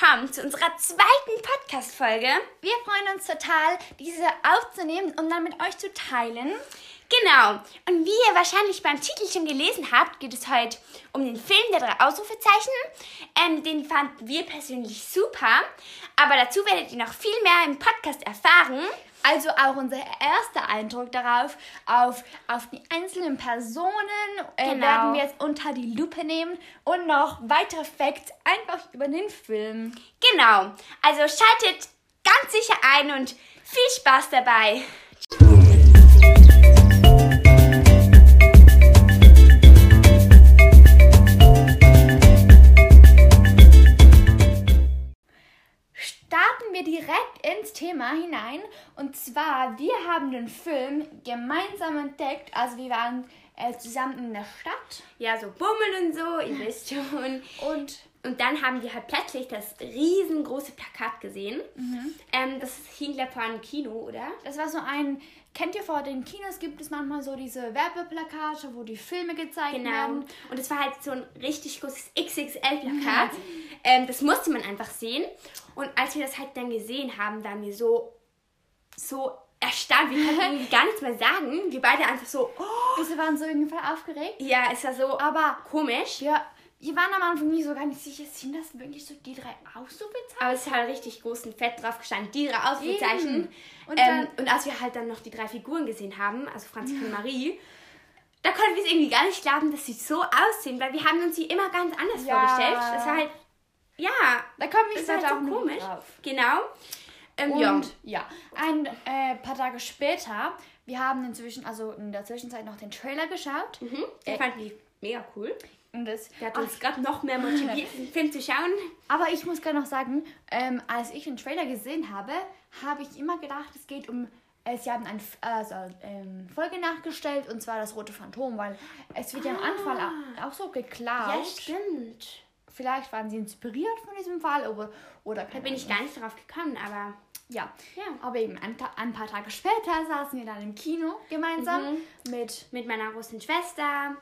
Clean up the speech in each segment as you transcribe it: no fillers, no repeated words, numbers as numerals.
willkommen zu unserer zweiten Podcast-Folge. Wir freuen uns total, diese aufzunehmen und dann mit euch zu teilen. Genau. Und wie ihr wahrscheinlich beim Titel schon gelesen habt, geht es heute um den Film der 3 Ausrufezeichen. Den fanden wir persönlich super. Aber dazu werdet ihr noch viel mehr im Podcast erfahren. Also auch unser erster Eindruck darauf, auf die einzelnen Personen werden wir jetzt unter die Lupe nehmen und noch weitere Facts einfach über den Film. Genau. Also schaltet ganz sicher ein und viel Spaß dabei. Starten wir direkt ins Thema hinein. Und zwar, wir haben den Film gemeinsam entdeckt. Also wir waren zusammen in der Stadt. Ja, so bummeln und so, ihr wisst schon. Und dann haben wir halt plötzlich das riesengroße Plakat gesehen. Das hing, glaube ich, vor einem Kino, oder? Das war so kennt ihr, vor den Kinos gibt es manchmal so diese Werbeplakate, wo die Filme gezeigt werden. Und es war halt so ein richtig großes XXL-Plakat. Das musste man einfach sehen. Und als wir das halt dann gesehen haben, waren wir so erstaunt. Wir konnten gar nichts mehr sagen. Wir beide einfach so, Wir waren so irgendwie voll aufgeregt. Ja, es war so komisch. Ja, wir waren am Anfang nicht so gar nicht sicher, sind das wirklich so die 3 Ausrufezeichen? Aber es ist halt richtig groß und fett drauf gestanden, die 3 Ausrufezeichen. Und als wir halt dann noch die 3 Figuren gesehen haben, also Franziska und Marie, da konnten wir es irgendwie gar nicht glauben, dass sie so aussehen, weil wir haben uns sie immer ganz anders vorgestellt. Das war halt, da kommen wir halt auch so komisch. Drauf. Genau. Ein paar Tage später, wir haben in der Zwischenzeit noch den Trailer geschaut. Den fanden wir mega cool. Und der hat uns gerade noch mehr motiviert, den Film zu schauen. Aber ich muss gerade noch sagen, als ich den Trailer gesehen habe, habe ich immer gedacht, es geht um... Sie haben eine Folge nachgestellt, und zwar das Rote Phantom, weil es wird ja am Anfang auch so geklaut. Ja, stimmt. Vielleicht waren sie inspiriert von diesem Fall, oder da bin ich gar nicht drauf gekommen, aber... Ja, aber eben ein paar Tage später saßen wir dann im Kino gemeinsam mit meiner großen Schwester.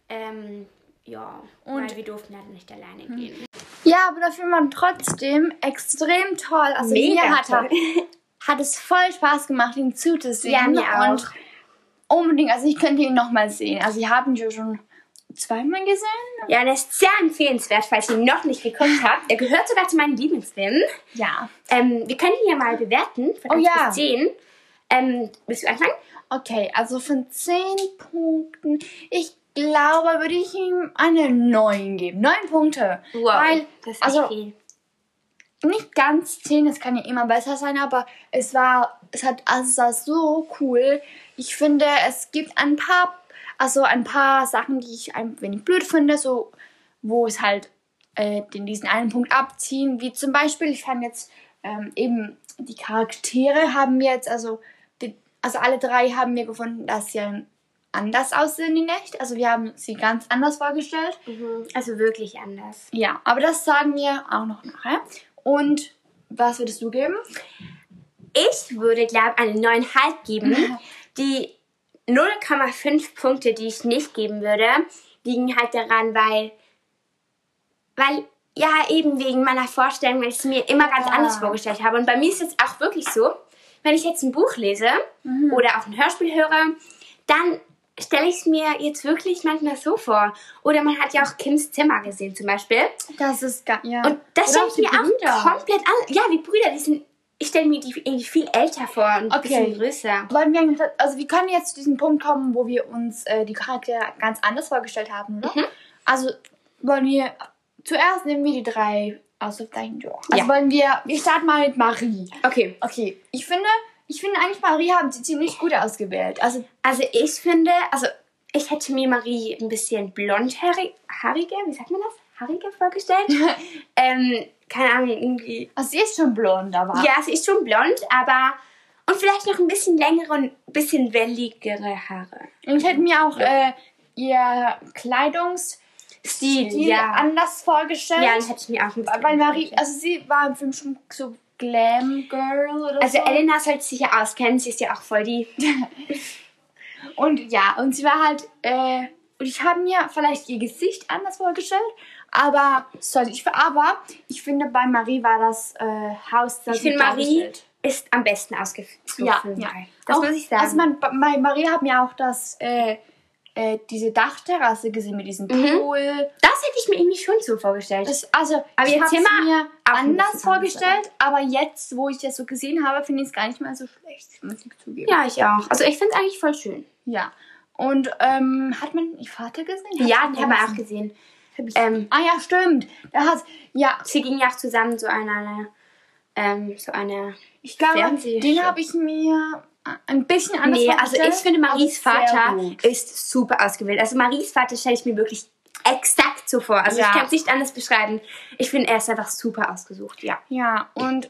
Weil wir durften halt nicht alleine gehen. Ja, aber der Film war trotzdem extrem toll. Also mega mir hat es voll Spaß gemacht, ihn zuzusehen. Ja, mir auch. Und unbedingt, also ich könnte ihn nochmal sehen. Also ich habe ihn schon 2-mal gesehen. Ja, und er ist sehr empfehlenswert, falls ihr ihn noch nicht geguckt habt. Er gehört sogar zu meinen Lieblingsfilmen. Ja. Wir können ihn ja mal bewerten, von 1 bis 10. Willst du anfangen? Okay, also von 10 Punkten, ich glaube, würde ich ihm eine 9 geben. 9 Punkte. Wow, weil, das ist nicht viel. Nicht ganz 10, das kann ja immer besser sein, aber es war so cool. Ich finde, es gibt ein paar Sachen, die ich ein wenig blöd finde, so, wo es halt diesen einen Punkt abziehen, wie zum Beispiel, ich fand jetzt eben die Charaktere haben wir jetzt, also alle 3 haben wir gefunden, dass sie anders aussehen in echt. Also wir haben sie ganz anders vorgestellt. Also wirklich anders. Ja, aber das sagen wir auch noch nachher. Und was würdest du geben? Ich würde, glaube ich, eine 9,5 geben. Die 0,5 Punkte, die ich nicht geben würde, liegen halt daran, weil eben wegen meiner Vorstellung, weil ich es mir immer ganz anders vorgestellt habe. Und bei mir ist es auch wirklich so, wenn ich jetzt ein Buch lese oder auch ein Hörspiel höre, dann stelle ich es mir jetzt wirklich manchmal so vor. Oder man hat ja auch Kims Zimmer gesehen zum Beispiel. Das ist ja. Und das stelle ich mir auch komplett an. Ja, die Brüder, ich stelle mir die irgendwie viel älter vor und ein bisschen größer. Wir können jetzt zu diesem Punkt kommen, wo wir uns die Charaktere ganz anders vorgestellt haben, oder? Also wollen wir zuerst nehmen wir die 3 Ausrufezeichen. Also wir starten mal mit Marie. Okay. Ich finde eigentlich, Marie haben sie ziemlich gut ausgewählt. Also ich hätte mir Marie ein bisschen blondhaarige, wie sagt man das? Haarige vorgestellt. Keine Ahnung, irgendwie. Also sie ist schon blond, aber... Ja, sie ist schon blond, aber... Und vielleicht noch ein bisschen längere und ein bisschen welligere Haare. Und ich hätte mir auch ihr Kleidungsstil anders vorgestellt. Ja, das hätte ich mir auch ein bisschen weil Marie, also sie war im Film schon so Glam Girl oder so. Also Elena sollte sich ja auskennen, sie ist ja auch voll die... und sie war halt Und ich habe mir vielleicht ihr Gesicht anders vorgestellt, aber ich finde, bei Marie war das Haus sehr Ich finde, Marie ist am besten ausgeführt. Ja. Das muss ich sagen. Also bei Marie hat mir auch diese Dachterrasse gesehen mit diesem Pool. Das hätte ich mir irgendwie schon so vorgestellt. Aber ich habe es mir anders vorgestellt, anders. aber jetzt, wo ich das so gesehen habe, finde ich es gar nicht mehr so schlecht, muss ich zugeben. Ja, ich auch. Also ich finde es eigentlich voll schön. Ja. Und hat man ihr Vater gesehen? Ja, den haben wir auch gesehen. Ja, stimmt. Sie gingen ja auch zusammen so eine ich glaube, Fernsehshow. den habe ich mir ein bisschen anders vorgestellt. Also ich finde, Maries Vater gut. ist super ausgewählt. Also Maries Vater stelle ich mir wirklich exakt so vor. Also ich kann es nicht anders beschreiben. Ich finde, er ist einfach super ausgesucht, ja. Ja, und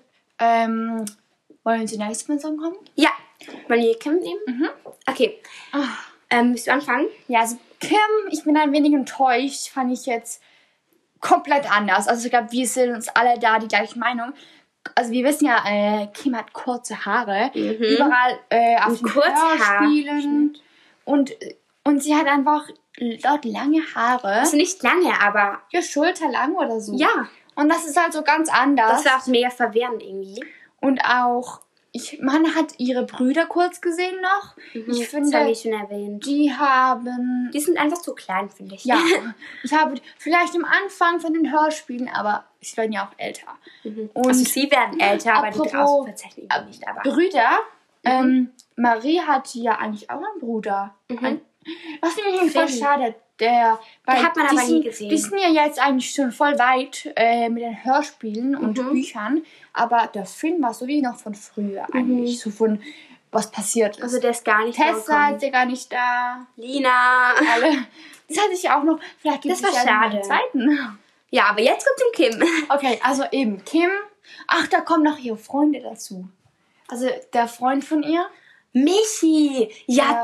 wollen Sie nächstes Mal sagen kommen? Ja. Wollen wir Kim nehmen? Mhm. Okay. Willst du anfangen? Ja, also Kim, ich bin ein wenig enttäuscht, fand ich jetzt komplett anders. Also ich glaube, wir sind uns alle da die gleiche Meinung. Also wir wissen ja, Kim hat kurze Haare, überall auf den Hörspielen und sie hat einfach dort lange Haare. Also nicht lange, aber ja, schulterlang oder so. Ja. Und das ist halt so ganz anders. Das war auch mega verwirrend irgendwie. Und auch, man hat ihre Brüder kurz gesehen noch. Ich finde, das habe ich schon erwähnt. Die sind einfach zu klein, finde ich. Ja, ich habe vielleicht am Anfang von den Hörspielen, aber sie werden ja auch älter. Und also sie werden älter, aber die draußen tatsächlich nicht. Aber Brüder, Marie hat ja eigentlich auch einen Bruder. Was finde ich voll schade. Der hat man aber nie gesehen. Die sind ja jetzt eigentlich schon voll weit mit den Hörspielen und Büchern, aber der Film war so wie noch von früher eigentlich, so von was passiert ist. Also der ist gar nicht Tessa ist ja gar nicht da. Lina. Alle. Das hatte ich auch noch. Vielleicht gibt es ja schade. Einen zweiten. Ja, aber jetzt kommt Kim. Okay, also eben Kim. Ach, da kommen noch ihre Freunde dazu. Also der Freund von ihr. Michi. Ja,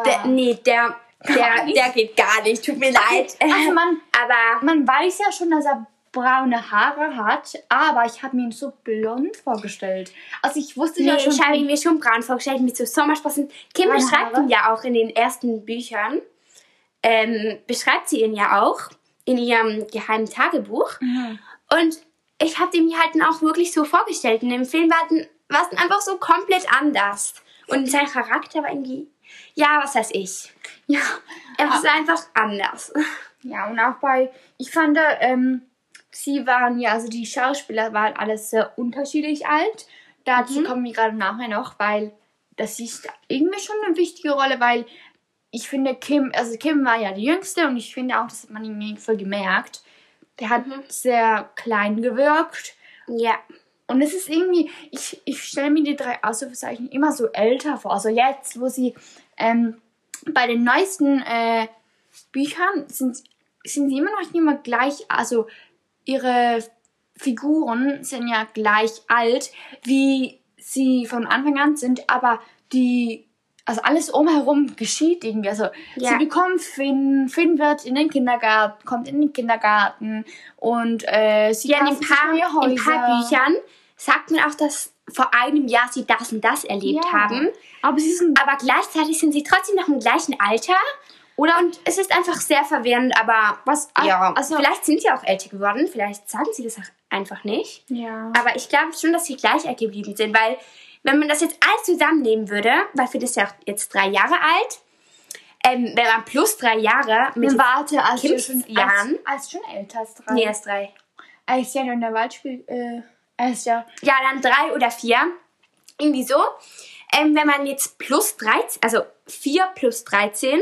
der geht gar nicht. Tut mir leid. Also man weiß ja schon, dass er braune Haare hat, aber ich habe mir ihn so blond vorgestellt. Also ich wusste ja schon... ich habe ihn mir schon braun vorgestellt mit so Sommersprossen. Kim beschreibt ihn ja auch in den ersten Büchern. Beschreibt sie ihn ja auch in ihrem geheimen Tagebuch. Und ich habe ihn mir halt dann auch wirklich so vorgestellt. Und im Film war es dann einfach so komplett anders. Und sein Charakter war irgendwie... Ja, was weiß ich. Ja, er war einfach anders. Ja, und auch ich fand, sie waren ja, also die Schauspieler waren alles sehr unterschiedlich alt. Dazu kommen wir gerade nachher noch, weil das ist irgendwie schon eine wichtige Rolle, weil ich finde Kim war ja die Jüngste und ich finde auch, das hat man irgendwie voll gemerkt. Der hat sehr klein gewirkt. Ja. Und es ist irgendwie, ich stelle mir die 3 Ausrufezeichen immer so älter vor. Also jetzt, wo sie bei den neuesten Büchern sind sie immer noch nicht immer gleich, also ihre Figuren sind ja gleich alt, wie sie von Anfang an sind, aber also alles umherum geschieht irgendwie. Also sie bekommen Finn kommt in den Kindergarten und sie in ein paar Büchern sagt man auch, dass vor einem Jahr sie das und das erlebt haben. Aber gleichzeitig sind sie trotzdem noch im gleichen Alter. Und es ist einfach sehr verwirrend, aber vielleicht sind sie auch älter geworden, vielleicht sagen sie das auch einfach nicht. Ja. Aber ich glaube schon, dass sie gleich alt geblieben sind, weil wenn man das jetzt alles zusammennehmen würde, weil für das ja auch jetzt 3 Jahre alt, wenn man plus 3 Jahre mit Kims Jahren... Als schon älter als 3. Nee, er ist 3. Er ist ja in der Waldspiel... Ja, dann 3 oder 4. Irgendwie so. Wenn man jetzt plus 13, also 4 plus 13,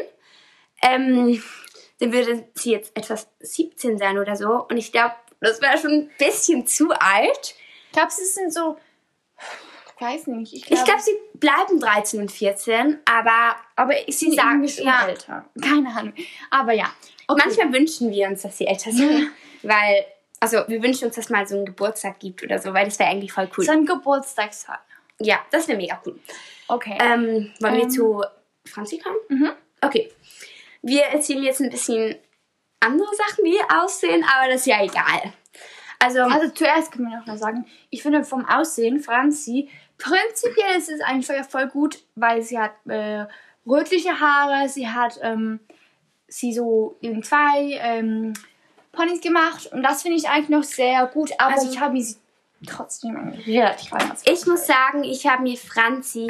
dann würde sie jetzt etwas 17 sein oder so. Und ich glaube, das wäre schon ein bisschen zu alt. Ich glaube, sie sind so... Ich weiß nicht. Ich glaube, sie bleiben 13 und 14, aber sie sagen schon älter. Keine Ahnung. Aber ja. Okay. Manchmal wünschen wir uns, dass sie älter sind. Weil... Also, wir wünschen uns, dass mal so einen Geburtstag gibt oder so, weil das wäre eigentlich voll cool. So ein Geburtstagstag. Ja, das wäre mega cool. Okay. Wollen wir zu Franzi kommen? Okay. Wir erzählen jetzt ein bisschen andere Sachen, wie aussehen, aber das ist ja egal. Also zuerst können wir noch mal sagen, ich finde vom Aussehen, Franzi, prinzipiell ist es eigentlich voll gut, weil sie hat rötliche Haare, sie hat sie so in 2 Ponys gemacht und das finde ich eigentlich noch sehr gut, aber Also- ich habe mir sie trotzdem relativ anders Ich muss sagen, ich habe mir Franzi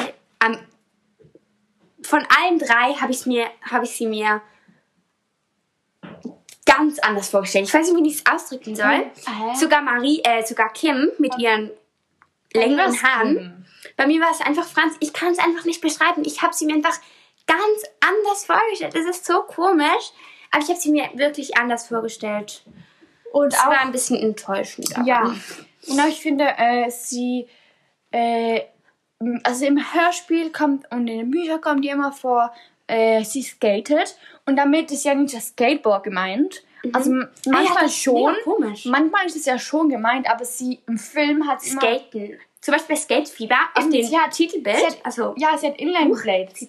von allen 3 habe ich sie mir ganz anders vorgestellt. Ich weiß nicht, wie ich es ausdrücken soll. Sogar Kim mit ihren längeren Haaren. Bei mir war es einfach Franzi. Ich kann es einfach nicht beschreiben. Ich habe sie mir einfach ganz anders vorgestellt. Das ist so komisch. Aber ich habe sie mir wirklich anders vorgestellt. und Es war ein bisschen enttäuschend. Aber ja, und auch ich finde, also im Hörspiel kommt und in den Büchern kommt die immer vor, sie skatet und damit ist ja nicht das Skateboard gemeint. Also manchmal das ist schon, mega komisch. manchmal ist es ja schon gemeint, aber sie im Film hat immer... Skaten. Zum Beispiel bei Skatefieber auf Und dem sie hat- Titelbild. Sie hat, Also, ja, sie hat Inline-Blades.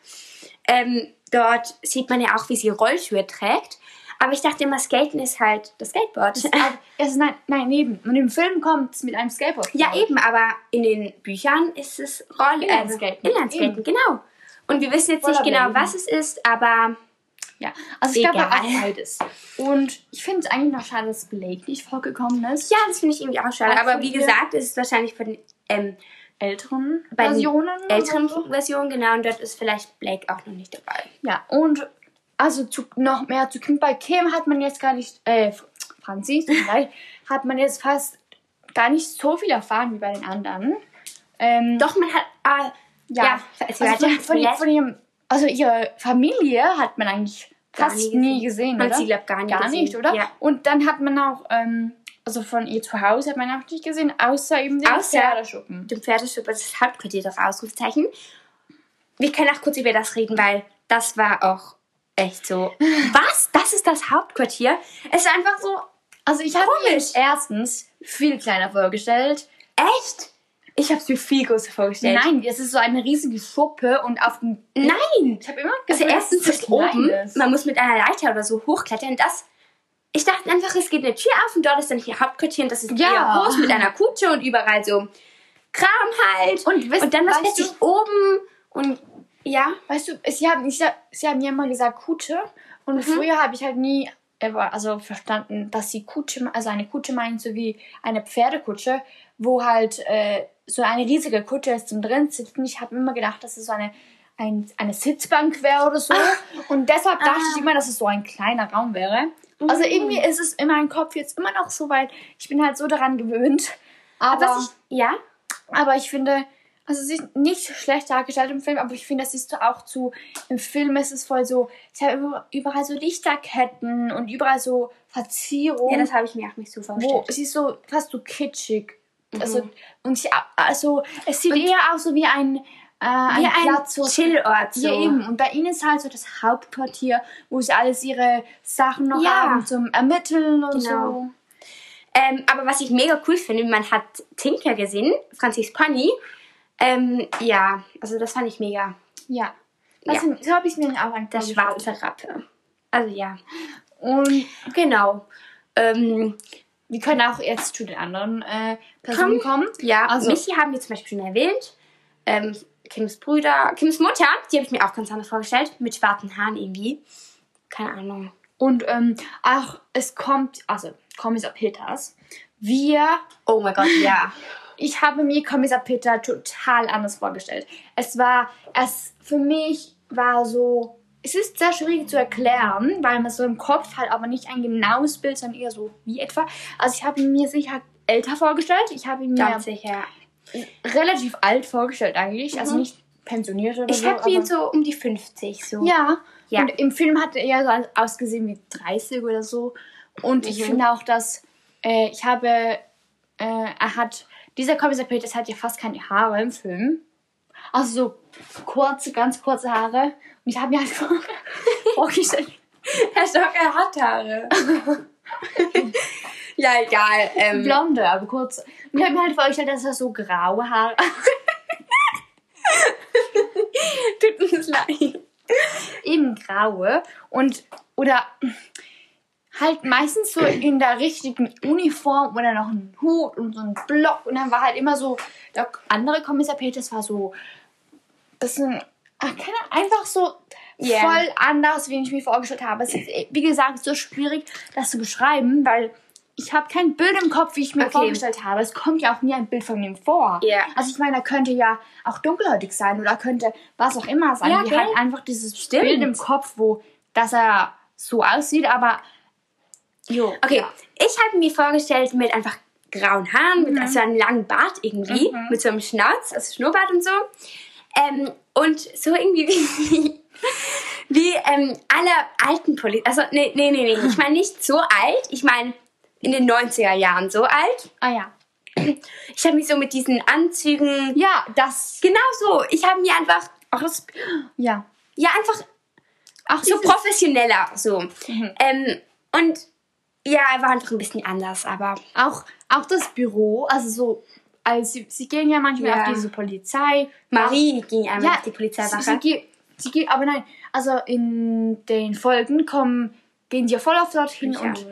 dort sieht man ja auch, wie sie Rollschuhe trägt. Aber ich dachte immer, Skaten ist halt das Skateboard. Nein, eben. Und im Film kommt es mit einem Skateboard. Ja, eben, aber in den Büchern ist es Inlineskaten. Inlineskaten, genau. Und wir wissen jetzt nicht genau, Rollerblading. was es ist, aber Ja, also ich glaube, Egal. auch beides. Und ich finde es eigentlich noch schade, dass Blake nicht vorgekommen ist. ja, das finde ich irgendwie auch schade. Also Aber wie wir- gesagt, ist es wahrscheinlich von den Älteren bei den Versionen. älteren oder so. Versionen, genau, und dort ist vielleicht Blake auch noch nicht dabei. Ja, und also noch mehr zu Kim. Bei Kim hat man jetzt gar nicht, Franzi, tut mir leid, hat man jetzt fast gar nicht so viel erfahren wie bei den anderen. Doch, man hat, ja, also also ihre Familie hat man eigentlich Gar fast nie nie gesehen, Man oder? hat sie, glaub, gar nie Gar gesehen. nicht, oder? Ja. Und dann hat man auch, also von ihr zu Hause hat man auch nicht gesehen, außer eben den Außer- Pferdeschuppen. Dem Pferdeschuppen, das Hauptquartier, das Ausrufezeichen. Wir können auch kurz über das reden, weil das war auch echt so. Was? Das ist das Hauptquartier? Es ist einfach so, Also ich habe mir Komisch. erstens viel kleiner vorgestellt. echt? Ich habe es mir viel größer vorgestellt. Nein, es ist so eine riesige Schuppe und auf dem... Nein! Ich habe immer Also gedacht, erstens dass es ist oben, klein ist. man muss mit einer Leiter oder so hochklettern. Ich dachte einfach, es geht eine Tür auf und dort ist dann ihr Hauptquartier und das ist Ja. ihr Haus mit einer Kutsche und überall so Kram halt. Und dann was weißt plötzlich oben und ja. Weißt du, sie haben ja immer gesagt Kutsche und früher habe ich halt nie verstanden, dass sie eine Kutsche meinen, so wie eine Pferdekutsche, wo halt so eine riesige Kutsche ist zum drin sitzen. Ich habe immer gedacht, dass es so eine Sitzbank wäre oder so. Und deshalb dachte ich immer, dass es so ein kleiner Raum wäre. Also irgendwie ist es in meinem Kopf jetzt immer noch so weit. Ich bin halt so daran gewöhnt. Aber ich finde, also sie ist nicht schlecht dargestellt im Film, aber ich finde, das ist so auch im Film ist es voll so, sie haben überall so Lichterketten und überall so Verzierungen. Ja, das habe ich mir auch nicht so vorgestellt. Sie ist so fast so kitschig. Also, es sieht eher aus so wie ein Platz, so Chillort. So. ja, eben. Und bei ihnen ist halt so das Hauptquartier, wo sie alles ihre Sachen noch Ja. haben zum Ermitteln und Genau. so. Aber was ich mega cool finde, man hat Tinker gesehen, Franzis Pony. Ja, also das fand ich mega. Ja. Ja. So habe ich es mir auch an Der schwarze Rappe. Also ja. Und Genau. wir können auch jetzt zu den anderen Personen kommen. Ja, Also- Michi haben wir zum Beispiel schon erwähnt. Kims Mutter, die habe ich mir auch ganz anders vorgestellt. Mit schwarzen Haaren irgendwie. Keine Ahnung. Und auch es kommt, also Kommissar Peters. Oh mein Gott, ja. Ich habe mir Kommissar Peter total anders vorgestellt. Für mich war so, es ist sehr schwierig zu erklären, weil man so im Kopf hat, aber nicht ein genaues Bild, sondern eher so wie etwa. Also ich habe mir sicher älter vorgestellt. Ich habe mir Ganz sicher. relativ alt vorgestellt eigentlich. Also nicht pensioniert oder Ich so. habe ihn aber- so um die 50 so. Ja. Ja. Und im Film hat er eher so ausgesehen wie 30 oder so. Und ich finde auch, dass dieser Kommissar Peters hat ja fast keine Haare im Film. Also so ganz kurze Haare. Und ich habe mir halt vorgestellt, Herr Stocker hat Haare. Ja, egal. blonde, aber kurze. Und ich habe mir halt vorgestellt, dass er so graue Haare Tut uns leid. eben graue oder halt meistens so in der richtigen Uniform oder noch ein Hut und so ein Block und dann war halt immer so, der andere Kommissar Peters war so, einfach so voll anders, wie ich mir vorgestellt habe. Es ist, wie gesagt, so schwierig, das zu beschreiben, weil ich habe kein Bild im Kopf, wie ich mir vorgestellt habe. Es kommt ja auch nie ein Bild von ihm vor. Yeah. Also ich meine, er könnte ja auch dunkelhäutig sein oder könnte was auch immer sein. Ja, Wir haben einfach dieses Bild im Kopf, dass er so aussieht, aber Okay, ich habe mir vorgestellt mit einfach grauen Haaren, mit so einem langen Bart irgendwie, mit so einem Schnauz, also Schnurrbart und so. Und so irgendwie wie alle alten Polizisten. Also, nee. Ich meine nicht so alt. Ich meine in den 90er Jahren so alt. Ah ja. Ich habe mich so mit diesen Anzügen... Ja, das... Genau so. Ich habe mir einfach... Ja. Ja, einfach auch so professioneller. So. Und ja, er war einfach ein bisschen anders, aber... Auch das Büro, also so... Also sie gehen ja manchmal auf diese Polizei. Marie ging einmal auf die Polizeiwache. Sie geht, aber nein, also in den Folgen gehen sie ja voll oft dorthin und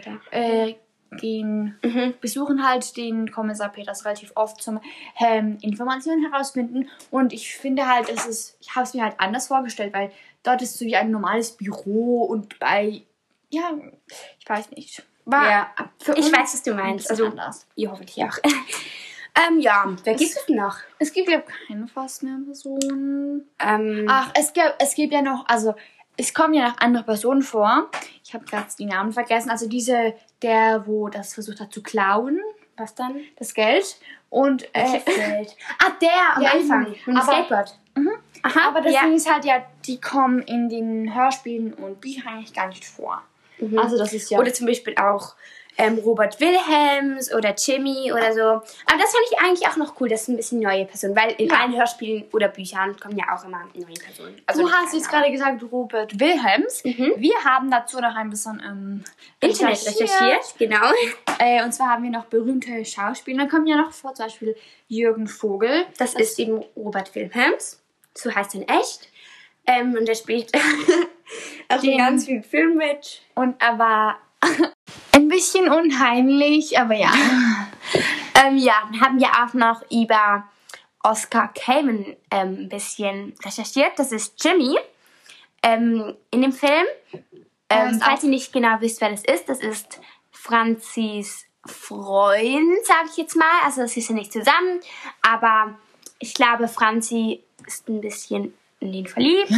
besuchen halt den Kommissar Peters relativ oft zum Informationen herausfinden. Und ich finde halt, ich habe es mir halt anders vorgestellt, weil dort ist so wie ein normales Büro und ich weiß nicht. Ich weiß, was du meinst. Also, anders. Ihr hoffentlich auch. Wer gibt es noch? Es gibt ja keine fast mehr Personen. Es gibt ja noch, also es kommen ja noch andere Personen vor. Ich habe gerade die Namen vergessen. Also der, wo das versucht hat zu klauen. Was dann? Das Geld. Und Geld. Der am Anfang. Mit dem Skateboard. Aha, aber das Ding ist halt ja, die kommen in den Hörspielen und Büchern eigentlich gar nicht vor. Also das ist ja... Oder zum Beispiel auch Robert Wilhelms oder Jimmy oder so. Aber das fand ich eigentlich auch noch cool, das ist ein bisschen neue Personen, weil in allen Hörspielen oder Büchern kommen ja auch immer neue Personen. Also du hast jetzt gerade gesagt, Robert Wilhelms. Wir haben dazu noch ein bisschen Internet recherchiert, genau. Und zwar haben wir noch berühmte Schauspieler. Da kommen ja noch vor, zum Beispiel Jürgen Vogel. Das ist eben Robert Wilhelms. So heißt er in echt. Und er spielt auch in ganz vielen Filmen mit. Und er war... ein bisschen unheimlich, aber ja. Dann haben wir auch noch über Oscar Kamen ein bisschen recherchiert. Das ist Jimmy in dem Film. Falls ihr nicht genau wisst, wer das ist Franzis Freund, sage ich jetzt mal. Also sie sind nicht zusammen, aber ich glaube, Franzi ist ein bisschen in ihn verliebt.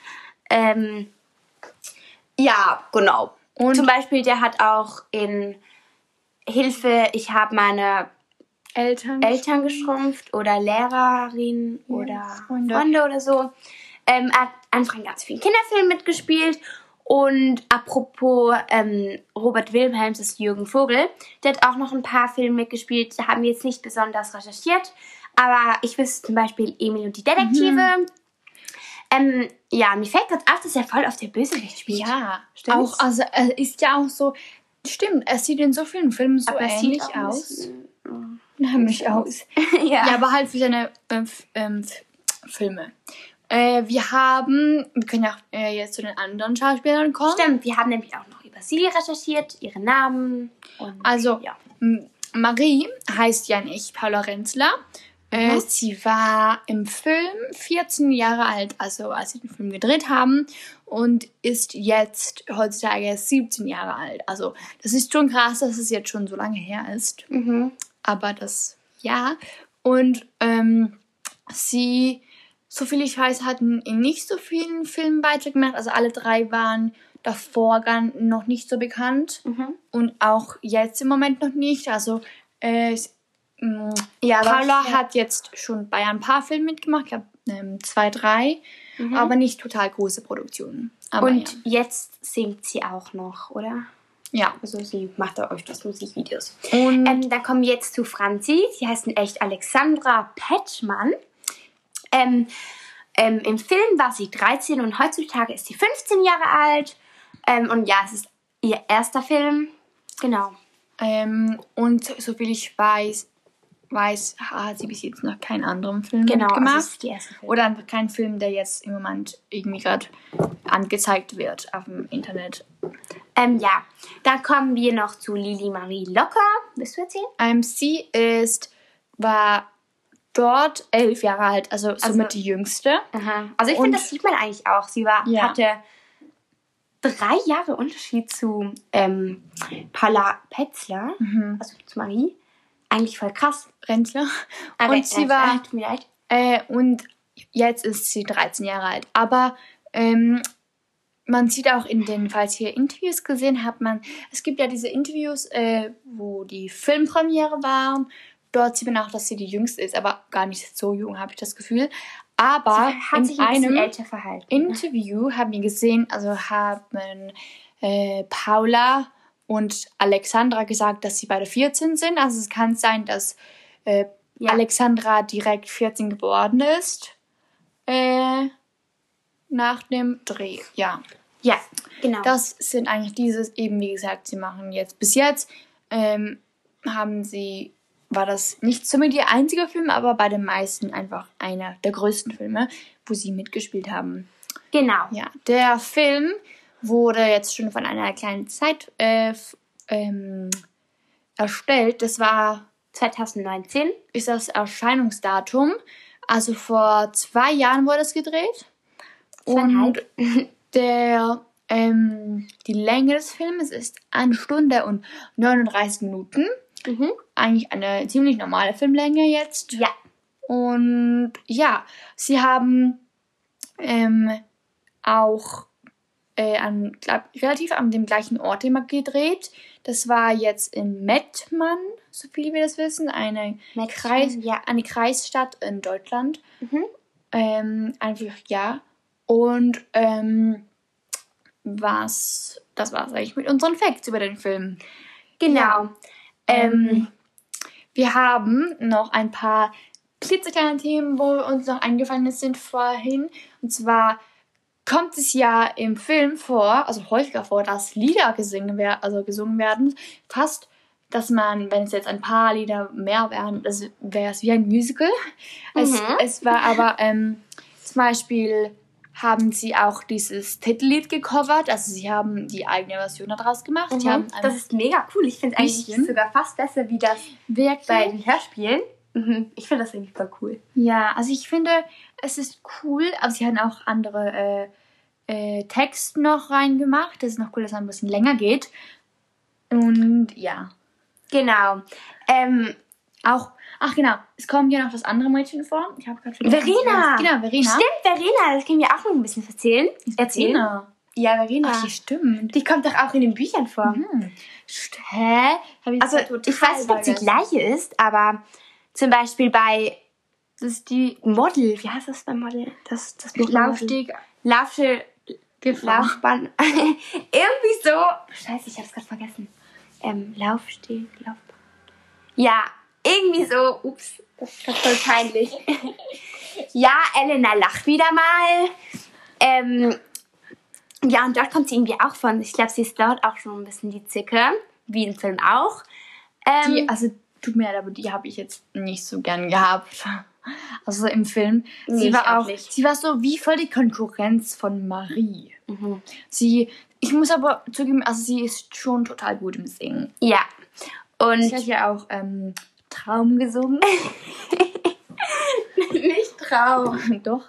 Ja, genau. Und zum Beispiel, der hat auch in Hilfe, ich habe meine Eltern geschrumpft oder Lehrerin oder Freunde oder so. Er hat einfach in ganz vielen Kinderfilmen mitgespielt. Und apropos Robert Wilhelms, das ist Jürgen Vogel, der hat auch noch ein paar Filme mitgespielt. Da haben wir jetzt nicht besonders recherchiert. Aber ich wüsste zum Beispiel Emil und die Detektive. Mir fällt gerade auf, dass er voll auf der Bösewicht spielt. Ja, stimmt. Auch, also er ist ja auch so, stimmt, er sieht in so vielen Filmen so ähnlich aus. Nämlich aus. Ja, aber halt für seine Filme. Wir können ja auch jetzt zu den anderen Schauspielern kommen. Stimmt, wir haben nämlich auch noch über sie recherchiert, ihre Namen. Und, Marie heißt ja nicht Paula Renzler. Sie war im Film 14 Jahre alt, also als sie den Film gedreht haben, und ist jetzt heutzutage 17 Jahre alt. Also das ist schon krass, dass es jetzt schon so lange her ist. Aber und sie, soviel ich weiß, hatten in nicht so vielen Filmen Beiträge gemacht. Also alle 3 waren davor noch nicht so bekannt und auch jetzt im Moment noch nicht. Also Paula hat jetzt schon bei ein paar Filmen mitgemacht, ich glaube 2, 3, aber nicht total große Produktionen. Aber und jetzt singt sie auch noch, oder? Ja. Also sie macht da öfters Musikvideos. Und dann kommen wir jetzt zu Franzi. Sie heißt in echt Alexandra Petschmann. Im Film war sie 13 und heutzutage ist sie 15 Jahre alt. Und ja, es ist ihr erster Film. Genau. Und soviel ich weiß, hat sie bis jetzt noch keinen anderen Film gemacht. Also das ist die erste Film. Oder einfach kein Film, der jetzt im Moment irgendwie gerade angezeigt wird auf dem Internet. Dann kommen wir noch zu Lili Marie Locker. Willst du erzählen? Sie war dort 11 Jahre alt, also somit die jüngste. Aha. Also ich finde, das sieht man eigentlich auch. Sie hatte 3 Jahre Unterschied zu Paula Petzler, also zu Marie. Eigentlich voll krass. Rentler. Und sie war... Tut mir leid. Und jetzt ist sie 13 Jahre alt. Aber man sieht auch falls ihr Interviews gesehen habt, es gibt ja diese Interviews, wo die Filmpremiere war. Dort sieht man auch, dass sie die Jüngste ist, aber gar nicht so jung, habe ich das Gefühl. Aber sie hat sich ein bisschen älter verhalten. Interview haben wir gesehen, also haben Paula und Alexandra gesagt, dass sie beide 14 sind. Also es kann sein, dass Alexandra direkt 14 geworden ist. Nach dem Dreh, ja. Ja, genau. Das sind eigentlich eben wie gesagt, sie machen bis jetzt, war das nicht somit ihr einziger Film, aber bei den meisten einfach einer der größten Filme, wo sie mitgespielt haben. Genau. Ja, der Film wurde jetzt schon von einer kleinen Zeit erstellt. Das war 2019. Ist das Erscheinungsdatum. Also vor 2 Jahren wurde es gedreht. Und die Länge des Films ist 1 Stunde und 39 Minuten. Eigentlich eine ziemlich normale Filmlänge jetzt. Ja. Und ja, sie haben auch relativ an dem gleichen Ort immer gedreht. Das war jetzt in Mettmann, so viel wir das wissen, eine Kreisstadt in Deutschland. Einfach, ja. Und das war's eigentlich mit unseren Facts über den Film. Genau. Wir haben noch ein paar klitzekleine Themen, wo uns noch eingefallen sind vorhin. Und zwar kommt es ja im Film vor, also häufiger vor, dass Lieder gesungen werden. Fast, dass wenn es jetzt ein paar Lieder mehr wären, wäre es wie ein Musical. Es war aber zum Beispiel haben sie auch dieses Titellied gecovert, also sie haben die eigene Version daraus gemacht. Das ist mega cool. Ich finde es eigentlich sogar fast besser wie das bei den Hörspielen. Ich finde das eigentlich voll cool. Ja, also ich finde, es ist cool, aber sie haben auch andere Text noch reingemacht. Das ist noch cool, dass es ein bisschen länger geht. Und ja. Genau. Genau, es kommt ja noch das andere Mädchen vor. Ich habe gerade Verena! Genau, Verena. Stimmt, Verena, das können wir auch noch ein bisschen erzählen. Verena. Ja, Verena. Ach, die stimmt. Die kommt doch auch in den Büchern vor. Hä? Also, ich weiß nicht, ob sie die gleiche ist, aber zum Beispiel das ist die Model. Wie heißt das beim Model? Das Buch Laufsteg. Laufbahn. Irgendwie so. Scheiße, ich hab's gerade vergessen. Laufsteg, Laufbahn. Ja, irgendwie so. Ups, das ist gerade voll peinlich. Ja, Elena lacht wieder mal. Ja, und dort kommt sie irgendwie auch von. Ich glaube, sie ist dort auch schon ein bisschen die Zicke. Wie im Film auch. Tut mir leid, aber die habe ich jetzt nicht so gern gehabt. Also im Film. Nee, sie war so wie voll die Konkurrenz von Marie. Ich muss aber zugeben, also sie ist schon total gut im Singen. Ja. Und sie hat ja auch Traum gesungen. Nicht Traum. Doch.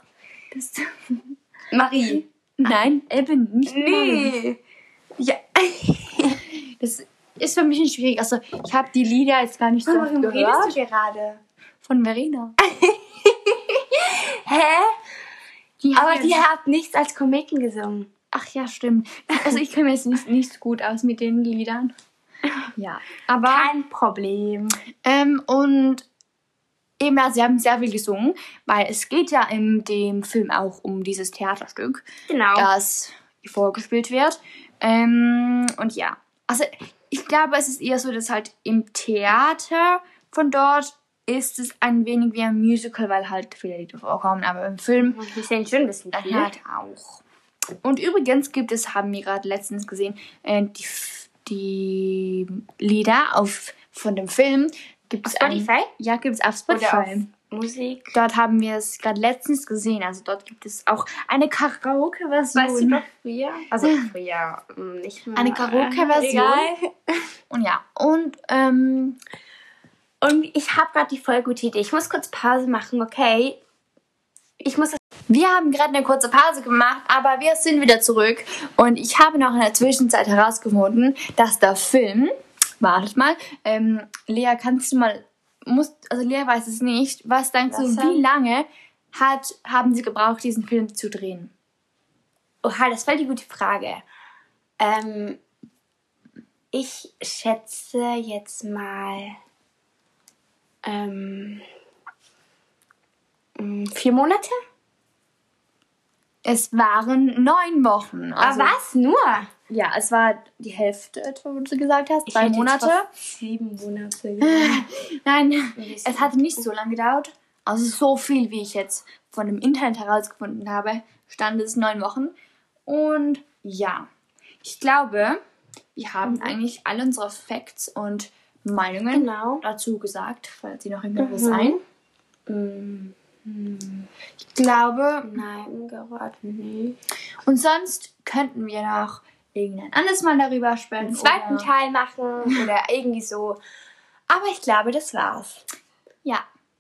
Marie. Nein, eben nicht. Nee. Ja. Das ist für mich ein schwierig. Also ich habe die Lieder jetzt gar nicht so oft gehört. Redest du gerade? Von Verena. Hä? Aber die hat nichts als Komiken gesungen. Ach ja, stimmt. Also ich kenne mir jetzt nicht so gut aus mit den Liedern. Ja, aber kein Problem. Und eben, ja, sie haben sehr viel gesungen, weil es geht ja in dem Film auch um dieses Theaterstück, das vorgespielt wird. Und ja, also ich glaube, es ist eher so, dass halt im Theater von dort ist es ein wenig wie ein Musical, weil halt viele Lieder vorkommen, aber im Film die sind schon ein bisschen viel. Halt auch. Und übrigens haben wir gerade letztens gesehen, die Lieder von dem Film gibt es Spotify? Ja, gibt es auf Spotify. Oder auf Musik. Dort haben wir es gerade letztens gesehen. Also dort gibt es auch eine Karaoke-Version. Weißt du noch früher? Also früher nicht mehr. Eine Karaoke-Version. Und ja, Und ich habe gerade die voll gute Idee. Ich muss kurz Pause machen, okay? Wir haben gerade eine kurze Pause gemacht, aber wir sind wieder zurück. Und ich habe noch in der Zwischenzeit herausgefunden, dass der Film... Wartet mal. Lea, kannst du mal... Lea weiß es nicht. Was denkst du, wie lange haben sie gebraucht, diesen Film zu drehen? Oha, das war die gute Frage. Ich schätze jetzt mal 4 Monate? Es waren 9 Wochen. Also, was? Nur? Ja, es war die Hälfte, wo du gesagt hast. 2 Monate. 7 Monate. Nein, es hat nicht so lange gedauert. Also so viel, wie ich jetzt von dem Internet herausgefunden habe, stand es 9 Wochen. Und ja, ich glaube, wir haben eigentlich alle unsere Facts und Meinungen dazu gesagt. Falls Sie noch irgendwo sein. Ich glaube... Nein, gerade nicht. Und sonst könnten wir noch irgendein anderes Mal darüber sprechen. Einen zweiten Teil machen oder irgendwie so. Aber ich glaube, das war's. Ja.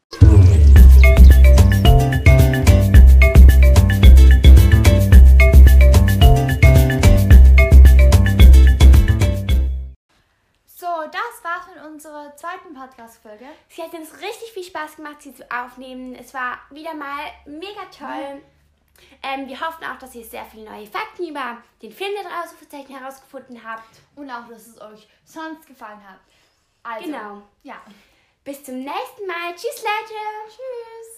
So, das war's mit unserer zweiten Podcast-Folge. Sie hat uns richtig viel Spaß gemacht, sie zu aufnehmen. Es war wieder mal mega toll. Wir hoffen auch, dass ihr sehr viele neue Fakten über den Film der Ausrufezeichen herausgefunden habt. Und auch, dass es euch sonst gefallen hat. Also, genau. Ja. Bis zum nächsten Mal. Tschüss, Leute. Tschüss.